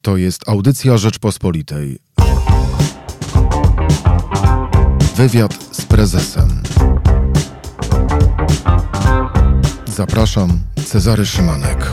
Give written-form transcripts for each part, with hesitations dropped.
To jest audycja Rzeczpospolitej. Wywiad z prezesem. Zapraszam, Cezary Szymanek.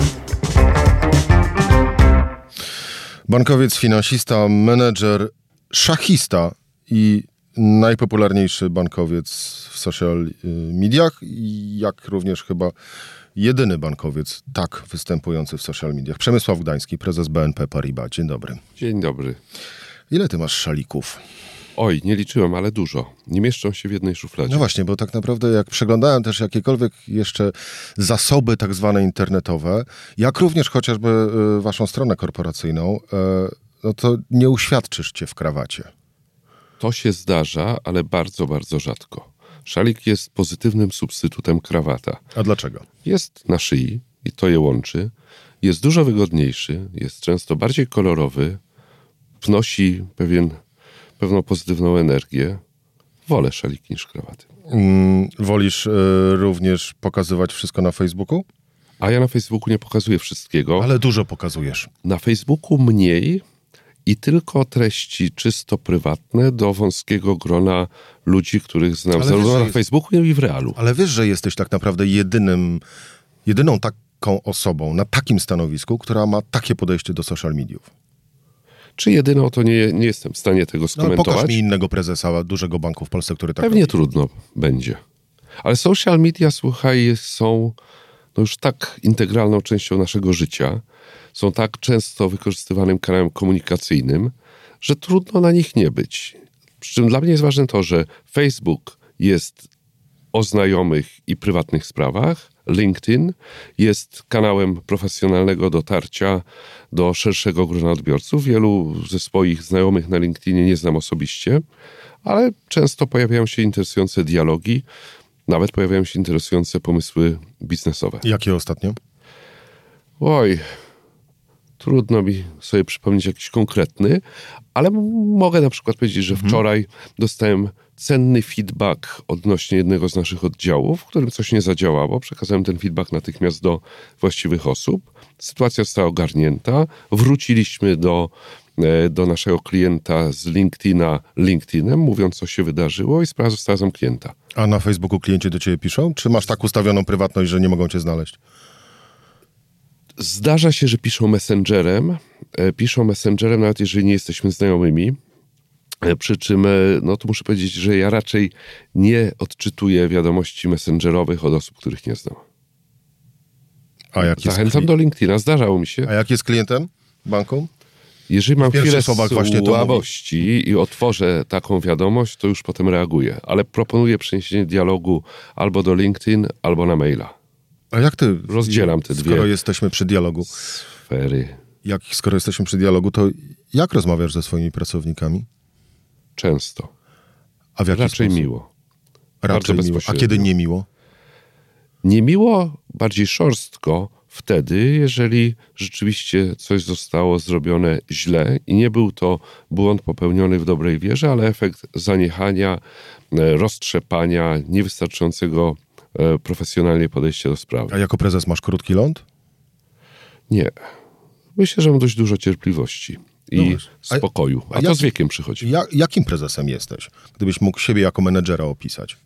Bankowiec, finansista, menedżer, szachista i najpopularniejszy bankowiec w social mediach, jak również chyba jedyny bankowiec tak występujący w social mediach. Przemysław Gdański, prezes BNP Paribas. Dzień dobry. Dzień dobry. Ile ty masz szalików? Oj, nie liczyłem, ale dużo. Nie mieszczą się w jednej szufladzie. No właśnie, bo tak naprawdę jak przeglądałem też jakiekolwiek jeszcze zasoby tak zwane internetowe, jak również chociażby waszą stronę korporacyjną, no to nie uświadczysz cię w krawacie. To się zdarza, ale bardzo, bardzo rzadko. Szalik jest pozytywnym substytutem krawata. A dlaczego? Jest na szyi i to je łączy. Jest dużo wygodniejszy, jest często bardziej kolorowy, wnosi pewną pozytywną energię. Wolę szalik niż krawaty. Wolisz również pokazywać wszystko na Facebooku? A ja na Facebooku nie pokazuję wszystkiego. Ale dużo pokazujesz. Na Facebooku mniej i tylko treści czysto prywatne do wąskiego grona ludzi, których znam zarówno na Facebooku, jak i w realu. Ale wiesz, że jesteś tak naprawdę jedyną taką osobą na takim stanowisku, która ma takie podejście do social mediów. Czy jedyną, to nie jestem w stanie tego skomentować. No, pokaż mi innego prezesa dużego banku w Polsce, który tak Pewnie robi. Trudno będzie. Ale social media, słuchaj, są już tak integralną częścią naszego życia, są tak często wykorzystywanym kanałem komunikacyjnym, że trudno na nich nie być. Przy czym dla mnie jest ważne to, że Facebook jest o znajomych i prywatnych sprawach, LinkedIn jest kanałem profesjonalnego dotarcia do szerszego grona odbiorców. Wielu ze swoich znajomych na LinkedInie nie znam osobiście, ale często pojawiają się interesujące dialogi, nawet pojawiają się interesujące pomysły biznesowe. Jakie ostatnio? Oj, trudno mi sobie przypomnieć jakiś konkretny, ale mogę na przykład powiedzieć, że wczoraj dostałem cenny feedback odnośnie jednego z naszych oddziałów, w którym coś nie zadziałało. Przekazałem ten feedback natychmiast do właściwych osób. Sytuacja została ogarnięta. Wróciliśmy do naszego klienta z LinkedIna LinkedInem, mówiąc, co się wydarzyło i sprawa została zamknięta. A na Facebooku klienci do ciebie piszą? Czy masz tak ustawioną prywatność, że nie mogą cię znaleźć? Zdarza się, że piszą messengerem, nawet jeżeli nie jesteśmy znajomymi. Przy czym, no to muszę powiedzieć, że ja raczej nie odczytuję wiadomości messengerowych od osób, których nie znam. Zachęcam do LinkedIna, zdarzało mi się. A jak jest klientem banku? Jeżeli mam chwilę właśnie słabości i otworzę taką wiadomość, to już potem reaguję. Ale proponuję przeniesienie dialogu albo do LinkedIn, albo na maila. A jak ty rozdzielam te dwie skoro jesteśmy przy dialogu? Sfery. Skoro jesteśmy przy dialogu, to jak rozmawiasz ze swoimi pracownikami? Często. A w jaki raczej sposób? Miło. Raczej miło. A kiedy niemiło? Niemiło, bardziej szorstko wtedy, jeżeli rzeczywiście coś zostało zrobione źle i nie był to błąd popełniony w dobrej wierze, ale efekt zaniechania, roztrzepania, niewystarczającego profesjonalnie podejścia do sprawy. A jako prezes masz krótki ląd? Nie. Myślę, że mam dość dużo cierpliwości i spokoju. A to z wiekiem przychodzi. Jakim prezesem jesteś? Gdybyś mógł siebie jako menedżera opisać.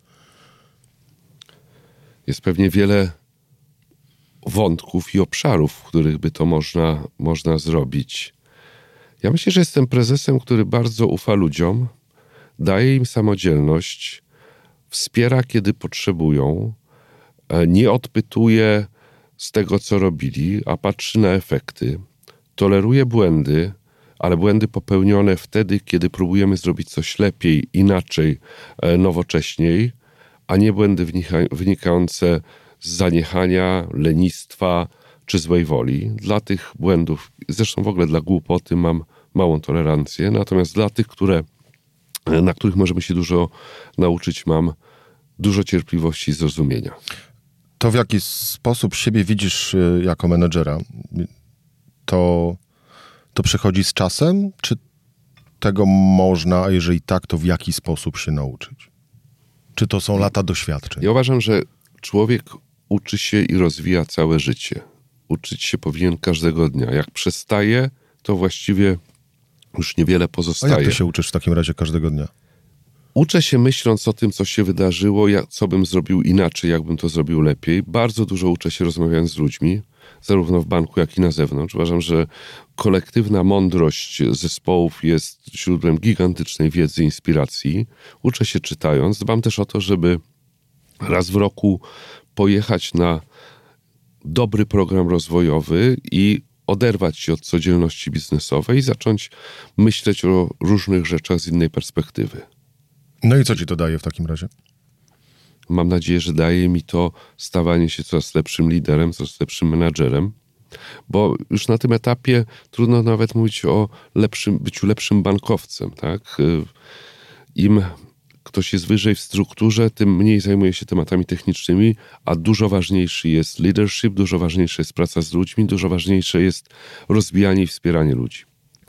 Jest pewnie wiele wątków i obszarów, w których by to można zrobić. Ja myślę, że jestem prezesem, który bardzo ufa ludziom, daje im samodzielność, wspiera, kiedy potrzebują, nie odpytuje z tego, co robili, a patrzy na efekty, toleruje błędy, ale błędy popełnione wtedy, kiedy próbujemy zrobić coś lepiej, inaczej, nowocześniej, a nie błędy wynikające z zaniechania, lenistwa czy złej woli. Dla tych błędów, zresztą w ogóle dla głupoty mam małą tolerancję, natomiast dla tych, na których możemy się dużo nauczyć, mam dużo cierpliwości i zrozumienia. To w jaki sposób siebie widzisz jako menedżera, to przychodzi z czasem? Czy tego można, a jeżeli tak, to w jaki sposób się nauczyć? Czy to są lata doświadczeń? Ja uważam, że człowiek uczy się i rozwija całe życie. Uczyć się powinien każdego dnia. Jak przestaje, to właściwie już niewiele A pozostaje. jak ty się uczysz w takim razie każdego dnia? Uczę się myśląc o tym, co się wydarzyło, co bym zrobił inaczej, jakbym to zrobił lepiej. Bardzo dużo uczę się rozmawiając z ludźmi, zarówno w banku, jak i na zewnątrz. Uważam, że kolektywna mądrość zespołów jest źródłem gigantycznej wiedzy, inspiracji. Uczę się czytając. Dbam też o to, żeby raz w roku pojechać na dobry program rozwojowy i oderwać się od codzienności biznesowej i zacząć myśleć o różnych rzeczach z innej perspektywy. No i co ci to daje w takim razie? Mam nadzieję, że daje mi to stawanie się coraz lepszym liderem, coraz lepszym menadżerem, bo już na tym etapie trudno nawet mówić o byciu lepszym bankowcem. Tak? Im ktoś jest wyżej w strukturze, tym mniej zajmuje się tematami technicznymi, a dużo ważniejszy jest leadership, dużo ważniejsza jest praca z ludźmi, dużo ważniejsze jest rozwijanie i wspieranie ludzi.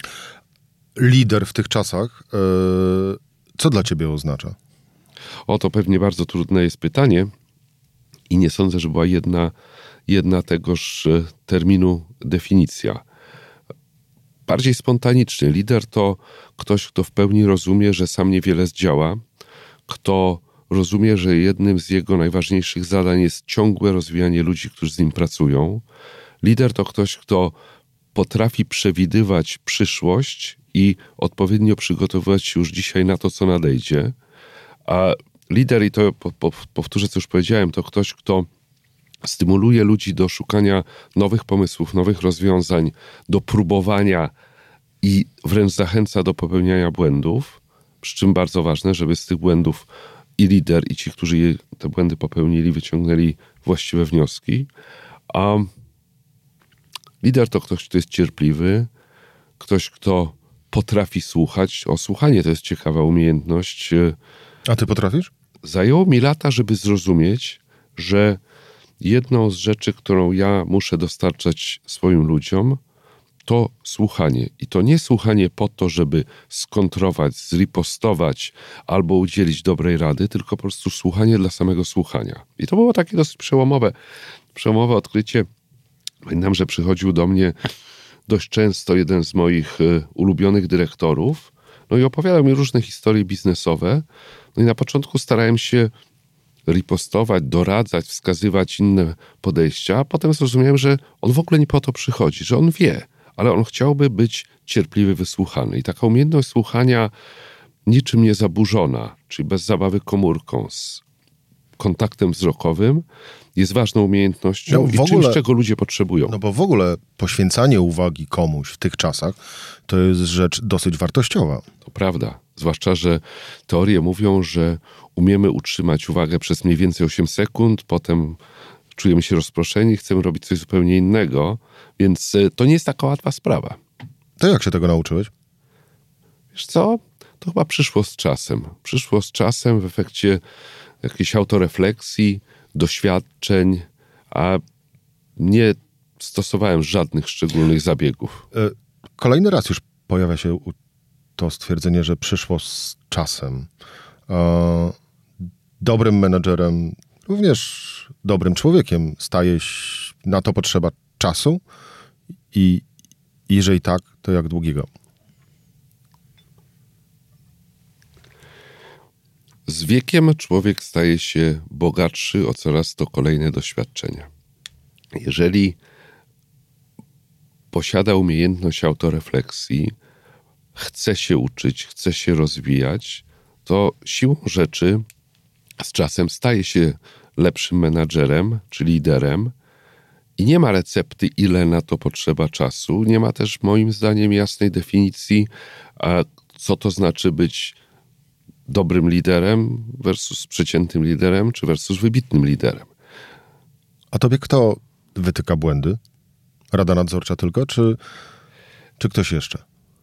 Lider w tych czasach, co dla ciebie oznacza? To pewnie bardzo trudne jest pytanie i nie sądzę, że była jedna tegoż terminu definicja. Bardziej spontaniczny. Lider to ktoś, kto w pełni rozumie, że sam niewiele zdziała, kto rozumie, że jednym z jego najważniejszych zadań jest ciągłe rozwijanie ludzi, którzy z nim pracują. Lider to ktoś, kto potrafi przewidywać przyszłość i odpowiednio przygotowywać się już dzisiaj na to, co nadejdzie. A lider, i to powtórzę, co już powiedziałem, to ktoś, kto stymuluje ludzi do szukania nowych pomysłów, nowych rozwiązań, do próbowania i wręcz zachęca do popełniania błędów, przy czym bardzo ważne, żeby z tych błędów i lider, i ci, którzy te błędy popełnili, wyciągnęli właściwe wnioski. A lider to ktoś, kto jest cierpliwy, ktoś, kto potrafi słuchać. Słuchanie to jest ciekawa umiejętność. A ty potrafisz? Zajęło mi lata, żeby zrozumieć, że jedną z rzeczy, którą ja muszę dostarczać swoim ludziom, to słuchanie. I to nie słuchanie po to, żeby skontrować, zripostować albo udzielić dobrej rady, tylko po prostu słuchanie dla samego słuchania. I to było takie dosyć przełomowe odkrycie. Pamiętam, że przychodził do mnie dość często jeden z moich ulubionych dyrektorów, no i opowiadał mi różne historie biznesowe. No i na początku starałem się ripostować, doradzać, wskazywać inne podejścia, a potem zrozumiałem, że on w ogóle nie po to przychodzi, że on wie, ale on chciałby być cierpliwy, wysłuchany. I taka umiejętność słuchania niczym nie zaburzona, czyli bez zabawy komórką, z kontaktem wzrokowym, jest ważną umiejętnością i czymś, czego ludzie potrzebują. No bo w ogóle poświęcanie uwagi komuś w tych czasach to jest rzecz dosyć wartościowa. To prawda. Zwłaszcza, że teorie mówią, że umiemy utrzymać uwagę przez mniej więcej 8 sekund, potem czujemy się rozproszeni, chcemy robić coś zupełnie innego, więc to nie jest taka łatwa sprawa. To jak się tego nauczyłeś? Wiesz co? To chyba przyszło z czasem. Przyszło z czasem w efekcie jakiejś autorefleksji, doświadczeń, a nie stosowałem żadnych szczególnych zabiegów. Kolejny raz już pojawia się to stwierdzenie, że przyszło z czasem. Dobrym menedżerem, również dobrym człowiekiem na to potrzeba czasu i jeżeli tak, to jak długiego? Z wiekiem człowiek staje się bogatszy o coraz to kolejne doświadczenia. Jeżeli posiada umiejętność autorefleksji, chce się uczyć, chce się rozwijać, to siłą rzeczy z czasem staje się lepszym menadżerem czy liderem i nie ma recepty, ile na to potrzeba czasu. Nie ma też moim zdaniem jasnej definicji, co to znaczy być dobrym liderem versus przeciętnym liderem, czy versus wybitnym liderem. A tobie kto wytyka błędy? Rada nadzorcza tylko, czy ktoś jeszcze?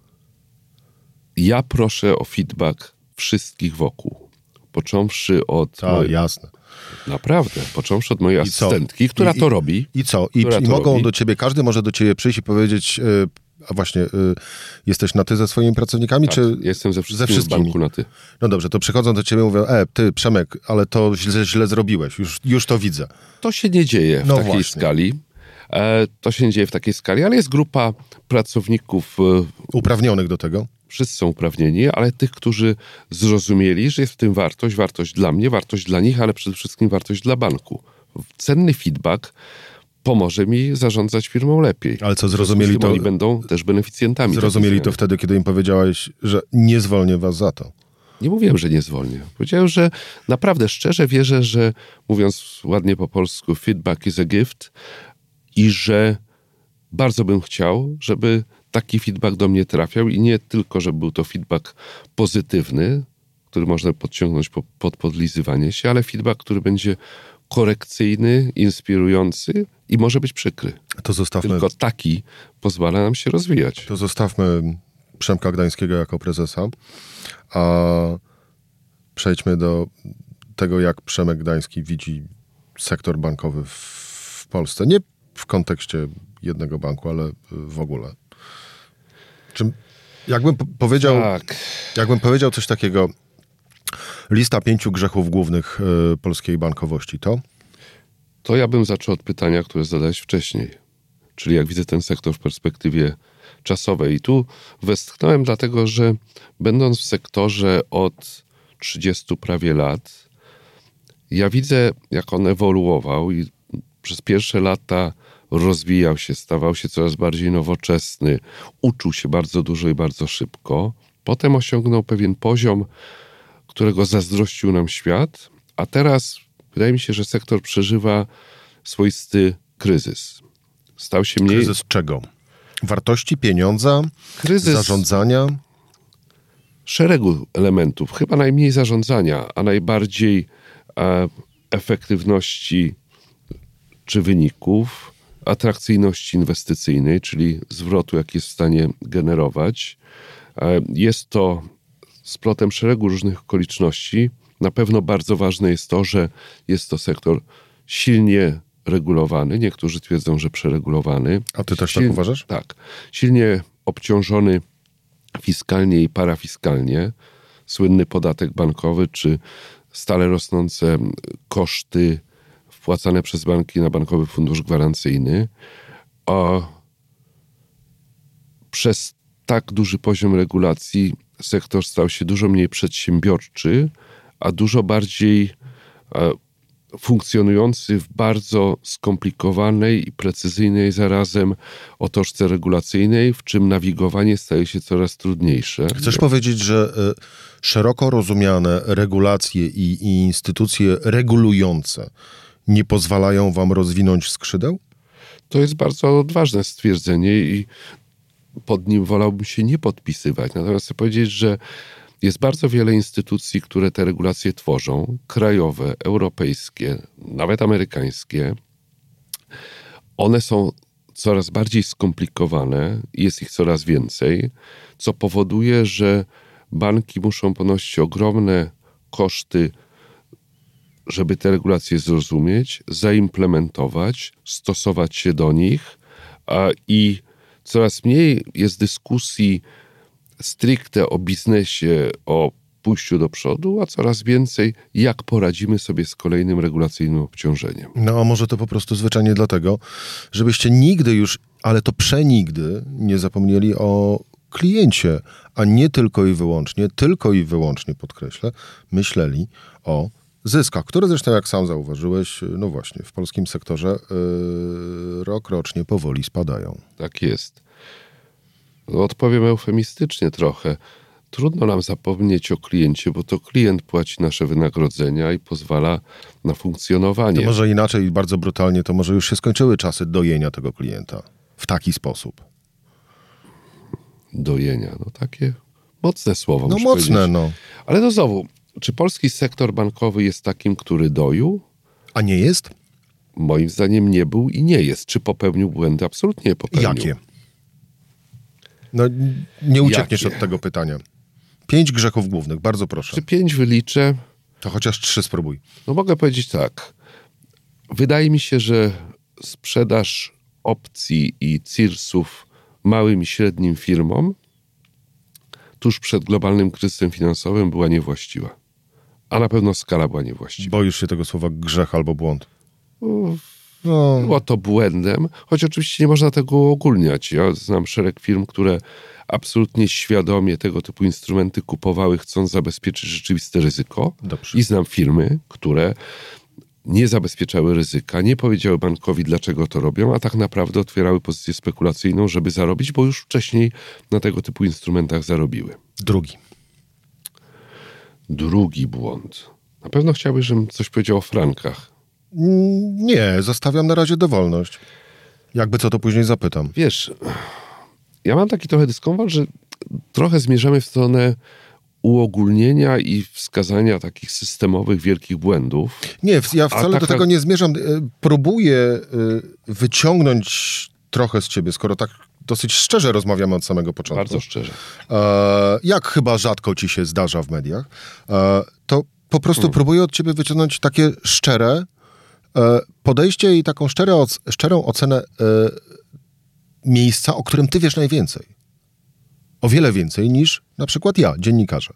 Ja proszę o feedback wszystkich wokół. Począwszy od... jasne. Naprawdę. Począwszy od mojej asystentki, która to robi. I co? I mogą do ciebie, każdy może do ciebie przyjść i powiedzieć... A właśnie, jesteś na ty ze swoimi pracownikami, tak, czy jestem ze wszystkimi w banku na ty. No dobrze, to przychodzą do ciebie i mówią, ty Przemek, ale to źle zrobiłeś, już to widzę. To się nie dzieje w takiej skali, To się nie dzieje w takiej skali, ale jest grupa pracowników Uprawnionych do tego? Wszyscy są uprawnieni, ale tych, którzy zrozumieli, że jest w tym wartość dla mnie, wartość dla nich, ale przede wszystkim wartość dla banku. Cenny feedback pomoże mi zarządzać firmą lepiej. Ale co, zrozumieli to? Oni będą też beneficjentami. Zrozumieli to wtedy, kiedy im powiedziałeś, że nie zwolnię was za to. Nie mówiłem, że nie zwolnię. Powiedziałem, że naprawdę szczerze wierzę, że mówiąc ładnie po polsku, feedback is a gift i że bardzo bym chciał, żeby taki feedback do mnie trafiał i nie tylko, żeby był to feedback pozytywny, który można podciągnąć pod podlizywanie się, ale feedback, który będzie korekcyjny, inspirujący i może być przykry. To zostawmy. Tylko taki pozwala nam się rozwijać. To zostawmy Przemka Gdańskiego jako prezesa, a przejdźmy do tego, jak Przemek Gdański widzi sektor bankowy w Polsce. Nie w kontekście jednego banku, ale w ogóle. Jakbym powiedział coś takiego, lista 5 grzechów głównych polskiej bankowości, To ja bym zaczął od pytania, które zadałeś wcześniej. Czyli jak widzę ten sektor w perspektywie czasowej. I tu westchnąłem dlatego, że będąc w sektorze od 30 prawie lat, ja widzę, jak on ewoluował i przez pierwsze lata rozwijał się, stawał się coraz bardziej nowoczesny, uczył się bardzo dużo i bardzo szybko. Potem osiągnął pewien poziom, którego zazdrościł nam świat, a teraz wydaje mi się, że sektor przeżywa swoisty kryzys. Stał się mniej... Kryzys czego? Wartości, pieniądza, kryzys zarządzania? Szeregu elementów. Chyba najmniej zarządzania, a najbardziej efektywności czy wyników, atrakcyjności inwestycyjnej, czyli zwrotu, jaki jest w stanie generować. Jest to splotem szeregu różnych okoliczności. Na pewno bardzo ważne jest to, że jest to sektor silnie regulowany. Niektórzy twierdzą, że przeregulowany. A ty też tak uważasz? Tak. Silnie obciążony fiskalnie i parafiskalnie. Słynny podatek bankowy, czy stale rosnące koszty wpłacane przez banki na Bankowy Fundusz Gwarancyjny. Przez tak duży poziom regulacji sektor stał się dużo mniej przedsiębiorczy, a dużo bardziej funkcjonujący w bardzo skomplikowanej i precyzyjnej zarazem otoczce regulacyjnej, w czym nawigowanie staje się coraz trudniejsze. Chcesz powiedzieć, że szeroko rozumiane regulacje i instytucje regulujące nie pozwalają wam rozwinąć skrzydeł? To jest bardzo odważne stwierdzenie i pod nim wolałbym się nie podpisywać. Natomiast chcę powiedzieć, że jest bardzo wiele instytucji, które te regulacje tworzą, krajowe, europejskie, nawet amerykańskie. One są coraz bardziej skomplikowane, jest ich coraz więcej, co powoduje, że banki muszą ponosić ogromne koszty, żeby te regulacje zrozumieć, zaimplementować, stosować się do nich i coraz mniej jest dyskusji stricte o biznesie, o pójściu do przodu, a coraz więcej jak poradzimy sobie z kolejnym regulacyjnym obciążeniem. No a może to po prostu zwyczajnie dlatego, żebyście nigdy już, ale to przenigdy nie zapomnieli o kliencie, a nie tylko i wyłącznie podkreślę, myśleli o zyskach, które zresztą, jak sam zauważyłeś, no właśnie, w polskim sektorze rokrocznie powoli spadają. Tak jest. No, odpowiem eufemistycznie trochę. Trudno nam zapomnieć o kliencie, bo to klient płaci nasze wynagrodzenia i pozwala na funkcjonowanie. To może inaczej, bardzo brutalnie, to może już się skończyły czasy dojenia tego klienta w taki sposób. Dojenia, no takie mocne słowo. No mocne, no. Ale no znowu, czy polski sektor bankowy jest takim, który doił? A nie jest? Moim zdaniem nie był i nie jest. Czy popełnił błędy? Absolutnie popełnił. Jakie? No nie uciekniesz od tego pytania. 5 grzechów głównych, bardzo proszę. Czy 5 wyliczę? To chociaż 3 spróbuj. No mogę powiedzieć tak. Wydaje mi się, że sprzedaż opcji i CIRS-ów małym i średnim firmom tuż przed globalnym kryzysem finansowym była niewłaściwa. A na pewno skala była niewłaściwa. Boisz się tego słowa grzech albo błąd? No. Było to błędem, choć oczywiście nie można tego uogólniać. Ja znam szereg firm, które absolutnie świadomie tego typu instrumenty kupowały, chcąc zabezpieczyć rzeczywiste ryzyko. Dobrze. I znam firmy, które nie zabezpieczały ryzyka, nie powiedziały bankowi, dlaczego to robią, a tak naprawdę otwierały pozycję spekulacyjną, żeby zarobić, bo już wcześniej na tego typu instrumentach zarobiły. Drugi błąd. Na pewno chciałbyś, żebym coś powiedział o frankach. Nie, zostawiam na razie dowolność. Jakby co, to później zapytam. Wiesz, ja mam taki trochę dyskomfort, że trochę zmierzamy w stronę uogólnienia i wskazania takich systemowych, wielkich błędów. Nie, ja wcale do tego nie zmierzam. Próbuję wyciągnąć trochę z ciebie, skoro tak dosyć szczerze rozmawiamy od samego początku. Bardzo szczerze. Jak chyba rzadko ci się zdarza w mediach, to po prostu próbuję od ciebie wyciągnąć takie szczere podejście i taką szczerą ocenę miejsca, o którym ty wiesz najwięcej. O wiele więcej niż na przykład ja, dziennikarze.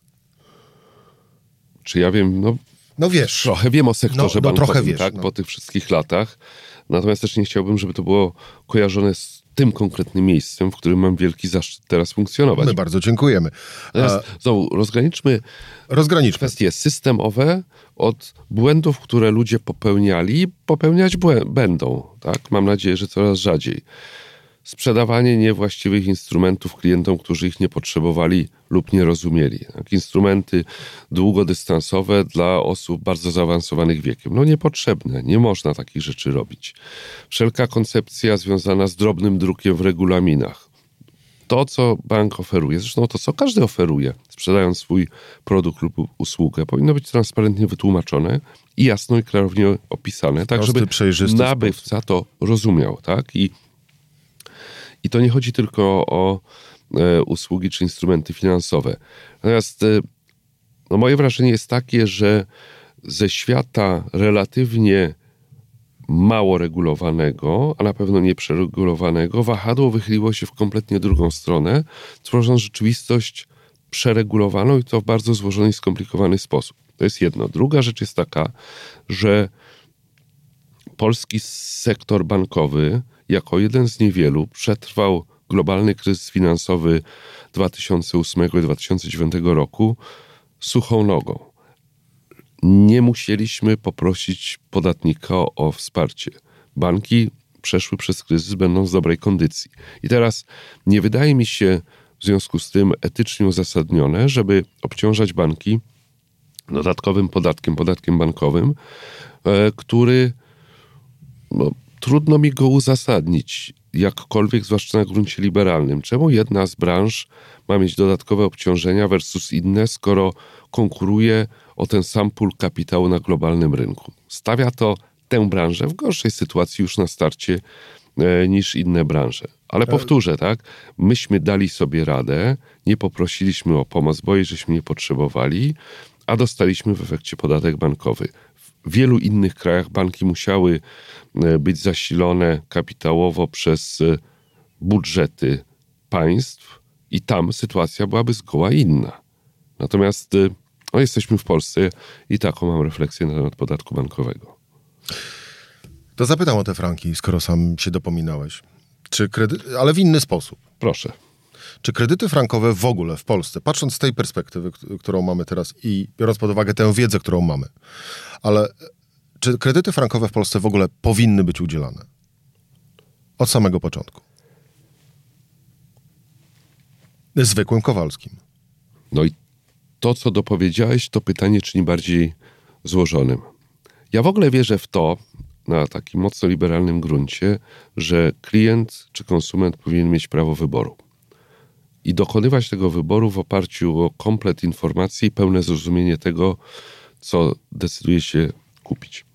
Czy ja wiem, no wiesz. Trochę wiem o sektorze bankowym, trochę wiesz, tak, po tych wszystkich latach. Natomiast też nie chciałbym, żeby to było kojarzone z tym konkretnym miejscem, w którym mam wielki zaszczyt teraz funkcjonować. My bardzo dziękujemy. Natomiast znowu, rozgraniczmy kwestie systemowe od błędów, które ludzie popełniać będą. Tak? Mam nadzieję, że coraz rzadziej. Sprzedawanie niewłaściwych instrumentów klientom, którzy ich nie potrzebowali lub nie rozumieli. Tak? Instrumenty długodystansowe dla osób bardzo zaawansowanych wiekiem. Niepotrzebne, nie można takich rzeczy robić. Wszelka koncepcja związana z drobnym drukiem w regulaminach. To, co bank oferuje, zresztą to, co każdy oferuje, sprzedając swój produkt lub usługę, powinno być transparentnie wytłumaczone i jasno i klarownie opisane, tak żeby nabywca to rozumiał. Tak? I to nie chodzi tylko o usługi czy instrumenty finansowe. Natomiast moje wrażenie jest takie, że ze świata relatywnie mało regulowanego, a na pewno nieprzeregulowanego, wahadło wychyliło się w kompletnie drugą stronę, tworząc rzeczywistość przeregulowaną i to w bardzo złożony i skomplikowany sposób. To jest jedno. Druga rzecz jest taka, że polski sektor bankowy jako jeden z niewielu przetrwał globalny kryzys finansowy 2008 i 2009 roku suchą nogą. Nie musieliśmy poprosić podatnika o wsparcie. Banki przeszły przez kryzys, będą w dobrej kondycji. I teraz nie wydaje mi się w związku z tym etycznie uzasadnione, żeby obciążać banki dodatkowym podatkiem bankowym, który trudno mi go uzasadnić jakkolwiek, zwłaszcza na gruncie liberalnym. Czemu jedna z branż ma mieć dodatkowe obciążenia versus inne, skoro konkuruje o ten sam pól kapitału na globalnym rynku? Stawia to tę branżę w gorszej sytuacji już na starcie niż inne branże. Ale powtórzę, tak? Myśmy dali sobie radę, nie poprosiliśmy o pomoc, bo jej żeśmy nie potrzebowali, a dostaliśmy w efekcie podatek bankowy. W wielu innych krajach banki musiały być zasilone kapitałowo przez budżety państw i tam sytuacja byłaby zgoła inna. Natomiast jesteśmy w Polsce i taką mam refleksję na temat podatku bankowego. To zapytam o te franki, skoro sam się dopominałeś. Ale w inny sposób. Proszę. Czy kredyty frankowe w ogóle w Polsce, patrząc z tej perspektywy, którą mamy teraz i biorąc pod uwagę tę wiedzę, którą mamy, ale czy kredyty frankowe w Polsce w ogóle powinny być udzielane? Od samego początku. Zwykłym Kowalskim. No i to, co dopowiedziałeś, to pytanie czyni bardziej złożonym. Ja w ogóle wierzę w to, na takim mocno liberalnym gruncie, że klient czy konsument powinien mieć prawo wyboru. I dokonywać tego wyboru w oparciu o komplet informacji i pełne zrozumienie tego, co decyduje się kupić.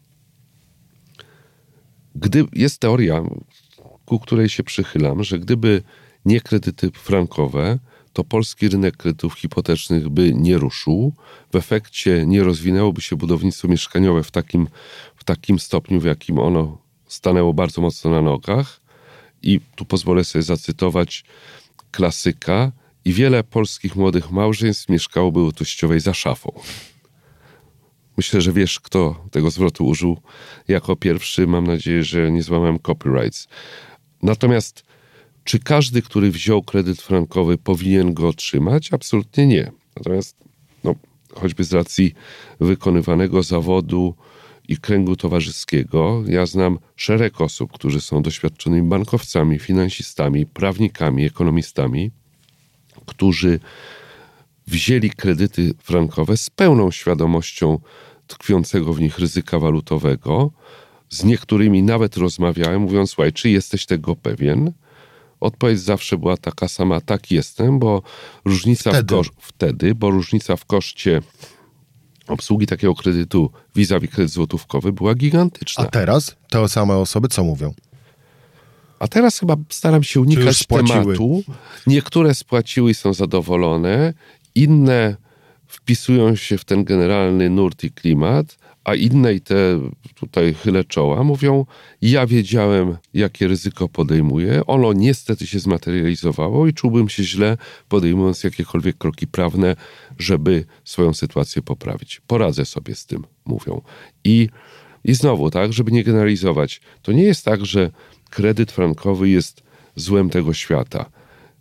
Jest teoria, ku której się przychylam, że gdyby nie kredyty frankowe, to polski rynek kredytów hipotecznych by nie ruszył. W efekcie nie rozwinęłoby się budownictwo mieszkaniowe w takim stopniu, w jakim ono stanęło bardzo mocno na nogach. I tu pozwolę sobie zacytować klasyka: i wiele polskich młodych małżeństw mieszkałoby u teściowej za szafą. Myślę, że wiesz, kto tego zwrotu użył jako pierwszy. Mam nadzieję, że nie złamałem copyrights. Natomiast czy każdy, który wziął kredyt frankowy, powinien go otrzymać? Absolutnie nie. Natomiast choćby z racji wykonywanego zawodu i kręgu towarzyskiego, ja znam szereg osób, którzy są doświadczonymi bankowcami, finansistami, prawnikami, ekonomistami, którzy wzięli kredyty frankowe z pełną świadomością tkwiącego w nich ryzyka walutowego. Z niektórymi nawet rozmawiałem, mówiąc: słuchaj, czy jesteś tego pewien? Odpowiedź zawsze była taka sama: tak, jestem, bo różnica bo różnica w koszcie obsługi takiego kredytu vis-a-vis kredyt złotówkowy była gigantyczna. A teraz te same osoby co mówią? A teraz chyba staram się unikać tematu. Niektóre spłaciły i są zadowolone, inne wpisują się w ten generalny nurt i klimat, a inne, i te tutaj chylę czoła, mówią: ja wiedziałem, jakie ryzyko podejmuję, ono niestety się zmaterializowało i czułbym się źle, podejmując jakiekolwiek kroki prawne, żeby swoją sytuację poprawić. Poradzę sobie z tym, mówią. I znowu, tak, żeby nie generalizować, to nie jest tak, że kredyt frankowy jest złem tego świata.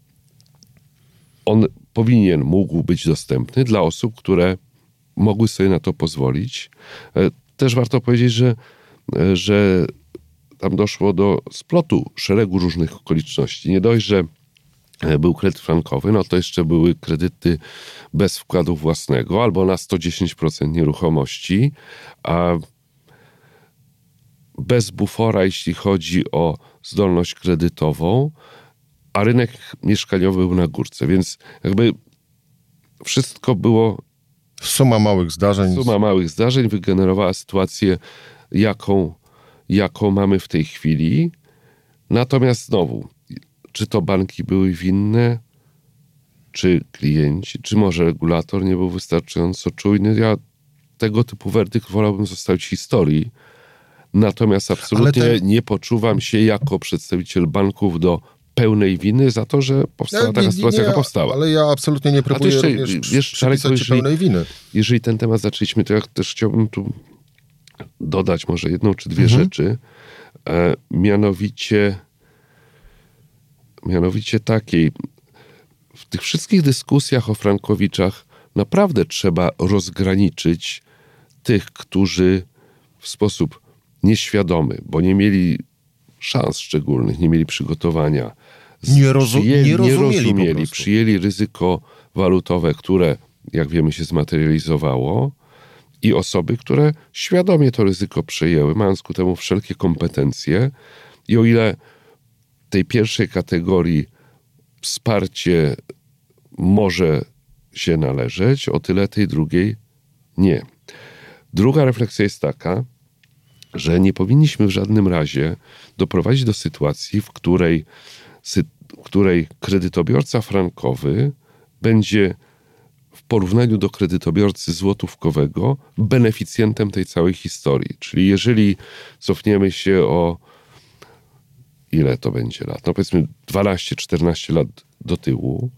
On mógł być dostępny dla osób, które mogły sobie na to pozwolić. Też warto powiedzieć, że tam doszło do splotu szeregu różnych okoliczności. Nie dość, że był kredyt frankowy, to jeszcze były kredyty bez wkładu własnego albo na 110% nieruchomości, a bez bufora, jeśli chodzi o zdolność kredytową, a rynek mieszkaniowy był na górce. Więc jakby wszystko było... Suma małych zdarzeń wygenerowała sytuację, jaką mamy w tej chwili. Natomiast znowu, czy to banki były winne, czy klienci, czy może regulator nie był wystarczająco czujny? Ja tego typu werdykt wolałbym zostawić historii. Natomiast absolutnie nie poczuwam się jako przedstawiciel banków do pełnej winy za to, że powstała taka sytuacja, jaka powstała. Ale ja absolutnie nie próbuję przypisać pełnej winy. Jeżeli ten temat zaczęliśmy, to ja też chciałbym tu dodać może jedną czy dwie rzeczy. Mianowicie takiej. W tych wszystkich dyskusjach o frankowiczach naprawdę trzeba rozgraniczyć tych, którzy w sposób nieświadomy, bo nie mieli szans szczególnych, nie mieli przygotowania, nie rozumieli, przyjęli ryzyko walutowe, które, jak wiemy, się zmaterializowało, i osoby, które świadomie to ryzyko przejęły, mając ku temu wszelkie kompetencje. I o ile tej pierwszej kategorii wsparcie może się należeć, o tyle tej drugiej nie. Druga refleksja jest taka, że nie powinniśmy w żadnym razie doprowadzić do sytuacji, w której kredytobiorca frankowy będzie w porównaniu do kredytobiorcy złotówkowego beneficjentem tej całej historii. Czyli jeżeli cofniemy się o ile to będzie lat? Powiedzmy 12-14 lat do tyłu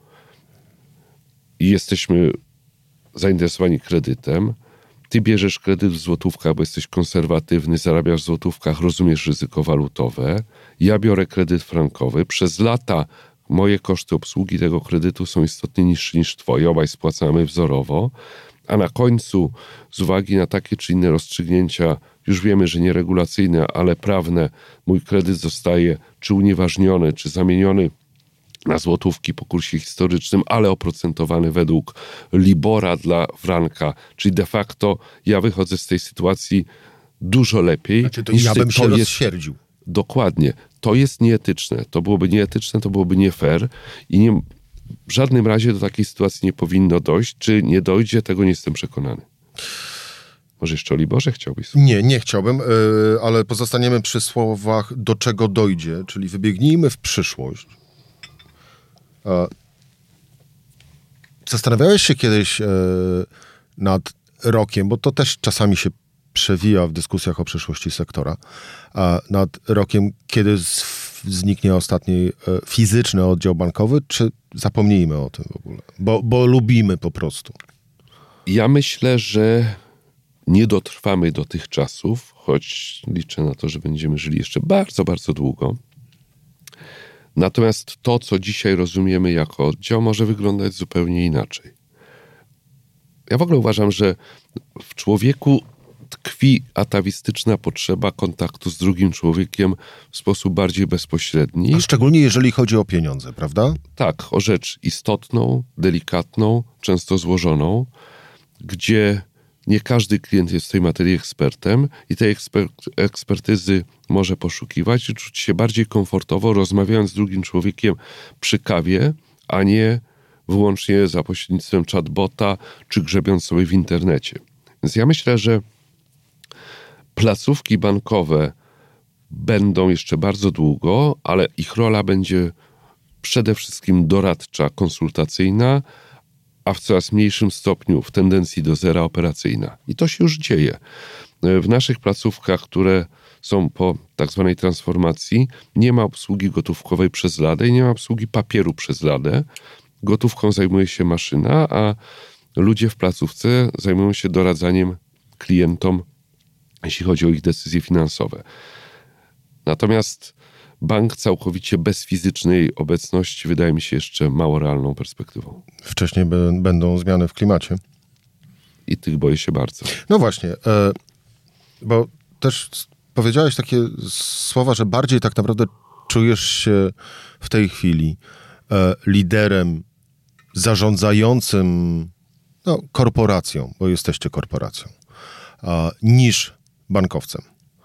i jesteśmy zainteresowani kredytem. Ty bierzesz kredyt w złotówkach, bo jesteś konserwatywny, zarabiasz w złotówkach, rozumiesz ryzyko walutowe. Ja biorę kredyt frankowy. Przez lata moje koszty obsługi tego kredytu są istotnie niższe niż twoje. Obaj spłacamy wzorowo. A na końcu, z uwagi na takie czy inne rozstrzygnięcia, już wiemy, że nie regulacyjne, ale prawne, mój kredyt zostaje czy unieważniony, czy zamieniony na złotówki po kursie historycznym, ale oprocentowany według Libora dla franka. Czyli de facto ja wychodzę z tej sytuacji dużo lepiej. Znaczy to ja bym się rozsierdził. Dokładnie. To jest nieetyczne. To byłoby nieetyczne, to byłoby nie fair i w żadnym razie do takiej sytuacji nie powinno dojść. Czy nie dojdzie, tego nie jestem przekonany. Może jeszcze o Liborze chciałbyś? Nie chciałbym, ale pozostaniemy przy słowach do czego dojdzie, czyli wybiegnijmy w przyszłość. Zastanawiałeś się kiedyś nad rokiem, bo to też czasami się przewija w dyskusjach o przyszłości sektora, nad rokiem, kiedy zniknie ostatni fizyczny oddział bankowy, czy zapomnijmy o tym w ogóle? Bo lubimy po prostu. Ja myślę, że nie dotrwamy do tych czasów, choć liczę na to, że będziemy żyli jeszcze bardzo, bardzo długo. Natomiast to, co dzisiaj rozumiemy jako oddział, może wyglądać zupełnie inaczej. Ja w ogóle uważam, że w człowieku tkwi atawistyczna potrzeba kontaktu z drugim człowiekiem w sposób bardziej bezpośredni. A szczególnie jeżeli chodzi o pieniądze, prawda? Tak, o rzecz istotną, delikatną, często złożoną, gdzie nie każdy klient jest w tej materii ekspertem i tej ekspertyzy może poszukiwać i czuć się bardziej komfortowo, rozmawiając z drugim człowiekiem przy kawie, a nie wyłącznie za pośrednictwem chatbota czy grzebiąc sobie w internecie. Więc ja myślę, że placówki bankowe będą jeszcze bardzo długo, ale ich rola będzie przede wszystkim doradcza, konsultacyjna, a w coraz mniejszym stopniu w tendencji do zera operacyjna. I to się już dzieje. W naszych placówkach, które są po tak zwanej transformacji, nie ma obsługi gotówkowej przez ladę i nie ma obsługi papieru przez ladę. Gotówką zajmuje się maszyna, a ludzie w placówce zajmują się doradzaniem klientom, jeśli chodzi o ich decyzje finansowe. Natomiast bank całkowicie bez fizycznej obecności wydaje mi się jeszcze mało realną perspektywą. Wcześniej będą zmiany w klimacie. I tych boję się bardzo. No właśnie, bo też powiedziałeś takie słowa, że bardziej tak naprawdę czujesz się w tej chwili liderem zarządzającym korporacją, bo jesteście korporacją, niż bankowcem.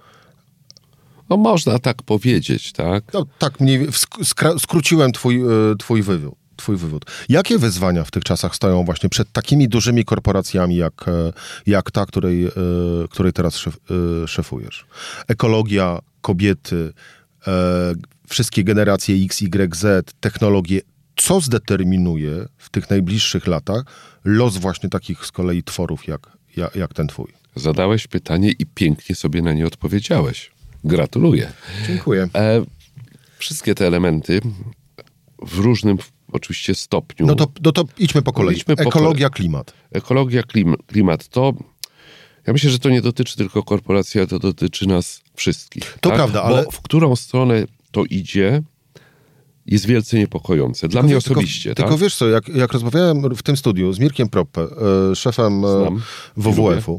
No można tak powiedzieć, tak? No, tak mniej skróciłem twój wywód. Jakie wyzwania w tych czasach stoją właśnie przed takimi dużymi korporacjami jak ta, której teraz szefujesz? Ekologia, kobiety, wszystkie generacje X, Y, Z, technologie. Co zdeterminuje w tych najbliższych latach los właśnie takich z kolei tworów jak ten twój? Zadałeś pytanie i pięknie sobie na nie odpowiedziałeś. Gratuluję. Dziękuję. Wszystkie te elementy w różnym oczywiście stopniu. No to idźmy po kolei. Ekologia, klimat. Ekologia, klimat. To ja myślę, że to nie dotyczy tylko korporacji, ale to dotyczy nas wszystkich. To tak? prawda, ale... Bo w którą stronę to idzie, jest wielce niepokojące. Dla mnie osobiście. Tylko wiesz co, jak rozmawiałem w tym studiu z Mirkiem Proppe, szefem WWF-u,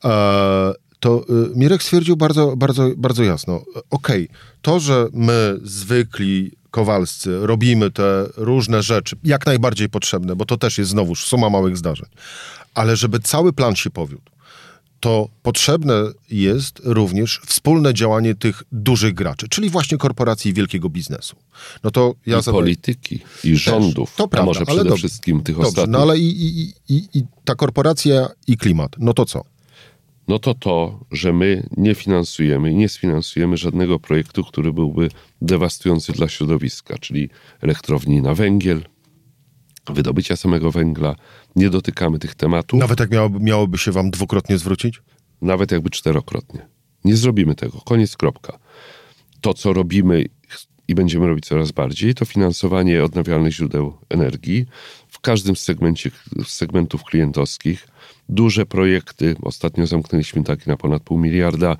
to Mirek stwierdził bardzo, bardzo, bardzo jasno, to, że my zwykli kowalscy robimy te różne rzeczy, jak najbardziej potrzebne, bo to też jest znowuż suma małych zdarzeń, ale żeby cały plan się powiódł, to potrzebne jest również wspólne działanie tych dużych graczy, czyli właśnie korporacji i wielkiego biznesu. No to I polityki, i rządów, to prawda, a może przede wszystkim tych ostatnich. No ale i ta korporacja i klimat, no to co? No to, że my nie finansujemy i nie sfinansujemy żadnego projektu, który byłby dewastujący dla środowiska, czyli elektrowni na węgiel, wydobycia samego węgla. Nie dotykamy tych tematów. Nawet jak miałoby się wam dwukrotnie zwrócić? Nawet jakby czterokrotnie. Nie zrobimy tego. Koniec, kropka. To, co robimy i będziemy robić coraz bardziej, to finansowanie odnawialnych źródeł energii w każdym segmentów klientowskich. Duże projekty. Ostatnio zamknęliśmy takie na ponad 500 miliona.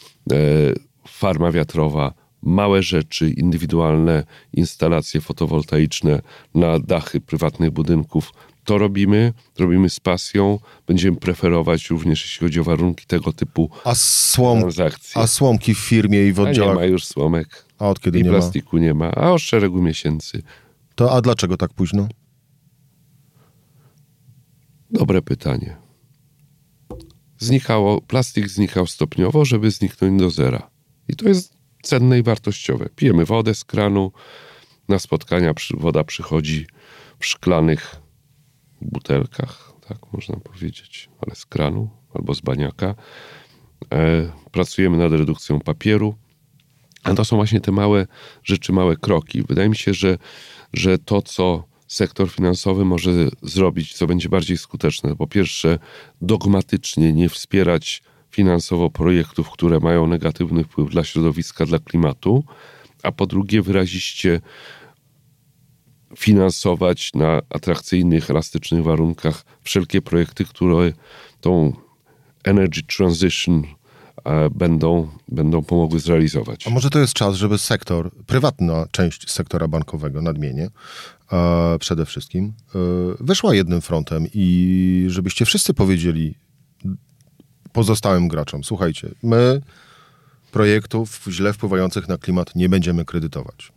Farma wiatrowa, małe rzeczy, indywidualne instalacje fotowoltaiczne na dachy prywatnych budynków. To robimy z pasją. Będziemy preferować również, jeśli chodzi o warunki tego typu transakcji. A słomki w firmie i w oddziałach? Nie ma już słomek. A od kiedy I nie plastiku nie ma. A od szeregu miesięcy. A dlaczego tak późno? Dobre pytanie. Plastik znikał stopniowo, żeby zniknąć do zera. I to jest cenne i wartościowe. Pijemy wodę z kranu, na spotkania woda przychodzi w szklanych butelkach, tak można powiedzieć, ale z kranu albo z baniaka. Pracujemy nad redukcją papieru, a to są właśnie te małe rzeczy, małe kroki. Wydaje mi się, że to, co sektor finansowy może zrobić, co będzie bardziej skuteczne, po pierwsze dogmatycznie nie wspierać finansowo projektów, które mają negatywny wpływ dla środowiska, dla klimatu, a po drugie wyraziście finansować na atrakcyjnych, elastycznych warunkach wszelkie projekty, które tą energy transition będą pomogły zrealizować. A może to jest czas, żeby prywatna część sektora bankowego, nadmienię, przede wszystkim, wyszła jednym frontem i żebyście wszyscy powiedzieli pozostałym graczom, słuchajcie, my projektów źle wpływających na klimat nie będziemy kredytować.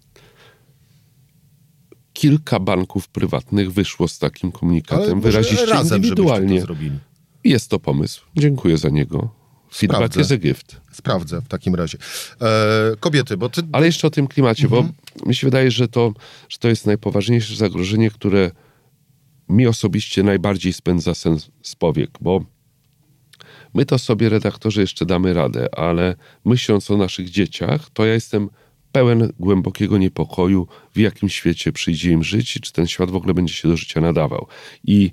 Kilka banków prywatnych wyszło z takim komunikatem Ale wyraziście razem, indywidualnie. żebyście to zrobili. Jest to pomysł. Dziękuję za niego. Feedback is a gift. Sprawdzę w takim razie. Kobiety, bo ty... Ale jeszcze o tym klimacie, bo mi się wydaje, że to jest najpoważniejsze zagrożenie, które mi osobiście najbardziej spędza sen z powiek, bo my to sobie, redaktorzy, jeszcze damy radę, ale myśląc o naszych dzieciach, to ja jestem pełen głębokiego niepokoju, w jakim świecie przyjdzie im żyć i czy ten świat w ogóle będzie się do życia nadawał. I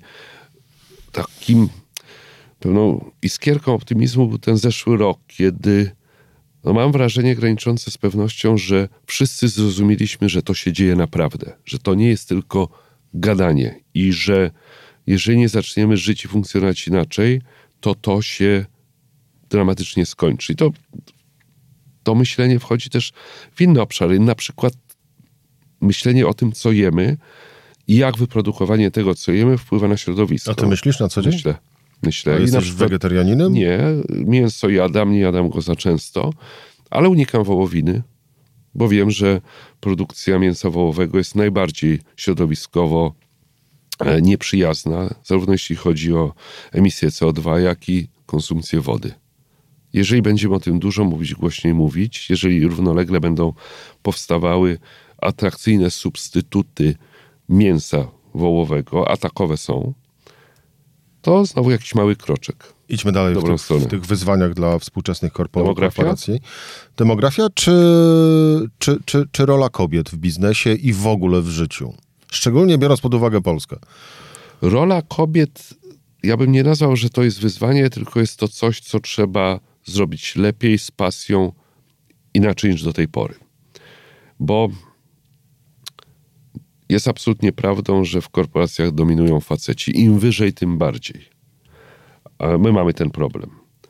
takim pewną iskierką optymizmu był ten zeszły rok, kiedy mam wrażenie graniczące z pewnością, że wszyscy zrozumieliśmy, że to się dzieje naprawdę, że to nie jest tylko gadanie i że jeżeli nie zaczniemy żyć i funkcjonować inaczej, to się dramatycznie skończy. I to myślenie wchodzi też w inne obszary, na przykład myślenie o tym, co jemy i jak wyprodukowanie tego, co jemy, wpływa na środowisko. A ty myślisz na co dzień? Myślę. A jesteś wegetarianinem? Nie, mięso jadam, nie jadam go za często, ale unikam wołowiny, bo wiem, że produkcja mięsa wołowego jest najbardziej środowiskowo nieprzyjazna, zarówno jeśli chodzi o emisję CO2, jak i konsumpcję wody. Jeżeli będziemy o tym dużo mówić, głośniej mówić, jeżeli równolegle będą powstawały atrakcyjne substytuty mięsa wołowego, a takowe są, to znowu jakiś mały kroczek. Idźmy dalej w tych wyzwaniach dla współczesnych korporacji. Demografia czy rola kobiet w biznesie i w ogóle w życiu? Szczególnie biorąc pod uwagę Polskę. Rola kobiet, ja bym nie nazwał, że to jest wyzwanie, tylko jest to coś, co trzeba zrobić lepiej, z pasją, inaczej niż do tej pory. Bo jest absolutnie prawdą, że w korporacjach dominują faceci. Im wyżej, tym bardziej. A my mamy ten problem.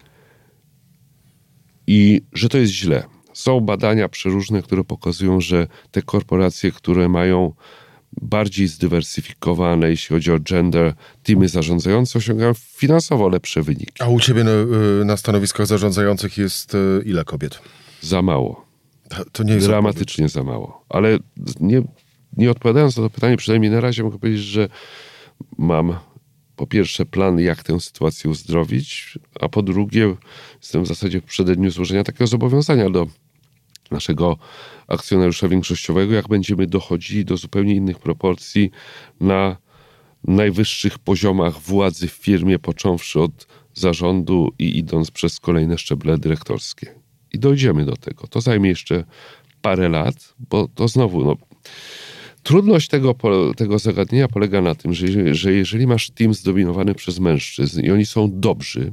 I że to jest źle. Są badania przeróżne, które pokazują, że te korporacje, które mają bardziej zdywersyfikowane, jeśli chodzi o gender, teamy zarządzające, osiągają finansowo lepsze wyniki. A u ciebie na stanowiskach zarządzających jest ile kobiet? Za mało. To nie jest dramatycznie za mało. Ale nie odpowiadając na to pytanie, przynajmniej na razie mogę powiedzieć, że mam po pierwsze plan, jak tę sytuację uzdrowić, a po drugie jestem w zasadzie w przededniu złożenia takiego zobowiązania do naszego akcjonariusza większościowego, jak będziemy dochodzili do zupełnie innych proporcji na najwyższych poziomach władzy w firmie, począwszy od zarządu i idąc przez kolejne szczeble dyrektorskie. I dojdziemy do tego. To zajmie jeszcze parę lat, bo to znowu, trudność tego zagadnienia polega na tym, że jeżeli masz team zdominowany przez mężczyzn i oni są dobrzy,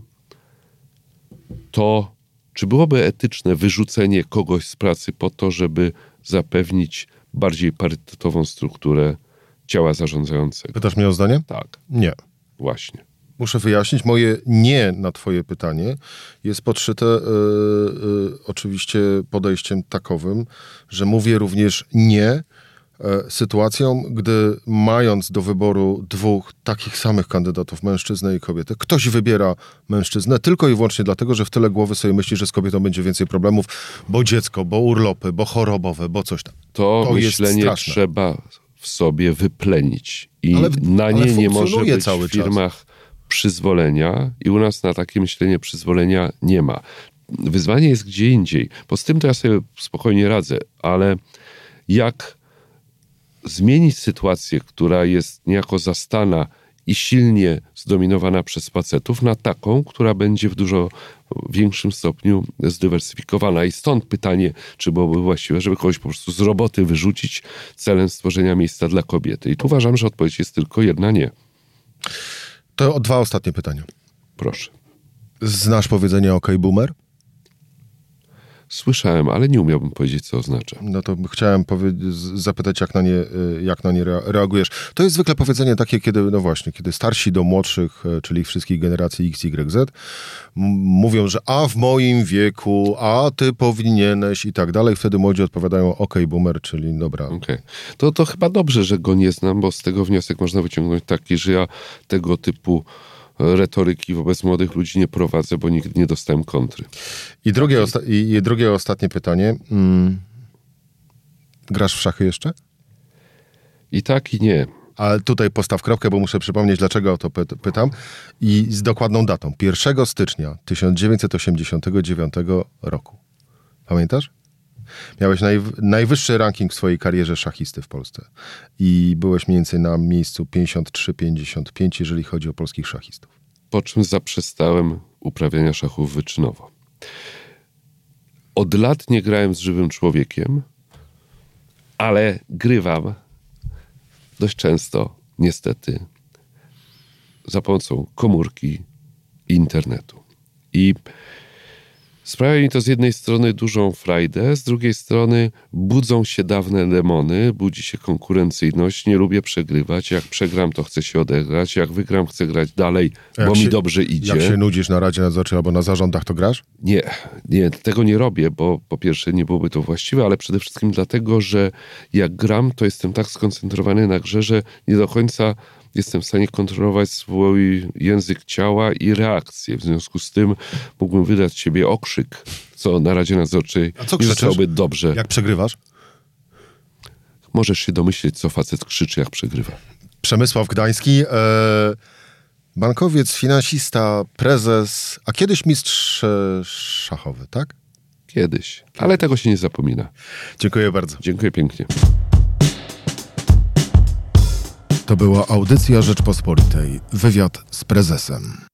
to czy byłoby etyczne wyrzucenie kogoś z pracy po to, żeby zapewnić bardziej parytetową strukturę ciała zarządzającego? Pytasz mnie o zdanie? Tak. Nie. Właśnie. Muszę wyjaśnić, moje nie na twoje pytanie jest podszyte oczywiście podejściem takowym, że mówię również nie sytuacją, gdy mając do wyboru dwóch takich samych kandydatów, mężczyznę i kobietę, ktoś wybiera mężczyznę tylko i wyłącznie dlatego, że w tyle głowy sobie myśli, że z kobietą będzie więcej problemów, bo dziecko, bo urlopy, bo chorobowe, bo coś tam. To myślenie trzeba w sobie wyplenić i na nie może być w firmach przyzwolenia i u nas na takie myślenie przyzwolenia nie ma. Wyzwanie jest gdzie indziej, bo z tym to ja sobie spokojnie radzę, ale jak zmienić sytuację, która jest niejako zastana i silnie zdominowana przez facetów, na taką, która będzie w dużo większym stopniu zdywersyfikowana. I stąd pytanie, czy byłoby właściwe, żeby kogoś po prostu z roboty wyrzucić celem stworzenia miejsca dla kobiety. I tu uważam, że odpowiedź jest tylko jedna: nie. To dwa ostatnie pytania. Proszę. Znasz powiedzenie OK Boomer? Słyszałem, ale nie umiałbym powiedzieć, co oznacza. No to chciałem zapytać, jak na nie reagujesz. To jest zwykle powiedzenie takie, kiedy starsi do młodszych, czyli wszystkich generacji X, Y, Z, mówią, że a w moim wieku, a ty powinieneś i tak dalej. Wtedy młodzi odpowiadają okej, boomer, czyli dobra. Okej. To chyba dobrze, że go nie znam, bo z tego wniosek można wyciągnąć taki, że ja tego typu retoryki wobec młodych ludzi nie prowadzę, bo nigdy nie dostałem kontry. I drugie, ostatnie pytanie. Grasz w szachy jeszcze? I tak, i nie. Ale tutaj postaw kropkę, bo muszę przypomnieć, dlaczego o to pytam. I z dokładną datą. 1 stycznia 1989 roku. Pamiętasz? Miałeś najwyższy ranking w swojej karierze szachisty w Polsce. I byłeś mniej więcej na miejscu 53-55, jeżeli chodzi o polskich szachistów. Po czym zaprzestałem uprawiania szachów wyczynowo. Od lat nie grałem z żywym człowiekiem, ale grywam dość często, niestety, za pomocą komórki i internetu. I sprawia mi to z jednej strony dużą frajdę, z drugiej strony budzą się dawne demony, budzi się konkurencyjność, nie lubię przegrywać. Jak przegram, to chcę się odegrać. Jak wygram, chcę grać dalej, bo mi dobrze idzie. Jak się nudzisz na Radzie Nadzorczej albo na zarządach, to grasz? Nie, tego nie robię, bo po pierwsze nie byłoby to właściwe, ale przede wszystkim dlatego, że jak gram, to jestem tak skoncentrowany na grze, że nie do końca jestem w stanie kontrolować swój język ciała i reakcje. W związku z tym mógłbym wydać siebie okrzyk, co na Radzie Nadzorczej nie zostałoby dobrze. Jak przegrywasz? Możesz się domyśleć, co facet krzyczy, jak przegrywa. Przemysław Gdański, bankowiec, finansista, prezes, a kiedyś mistrz szachowy, tak? Kiedyś, ale tego się nie zapomina. Dziękuję bardzo. Dziękuję pięknie. To była audycja Rzeczpospolitej. Wywiad z prezesem.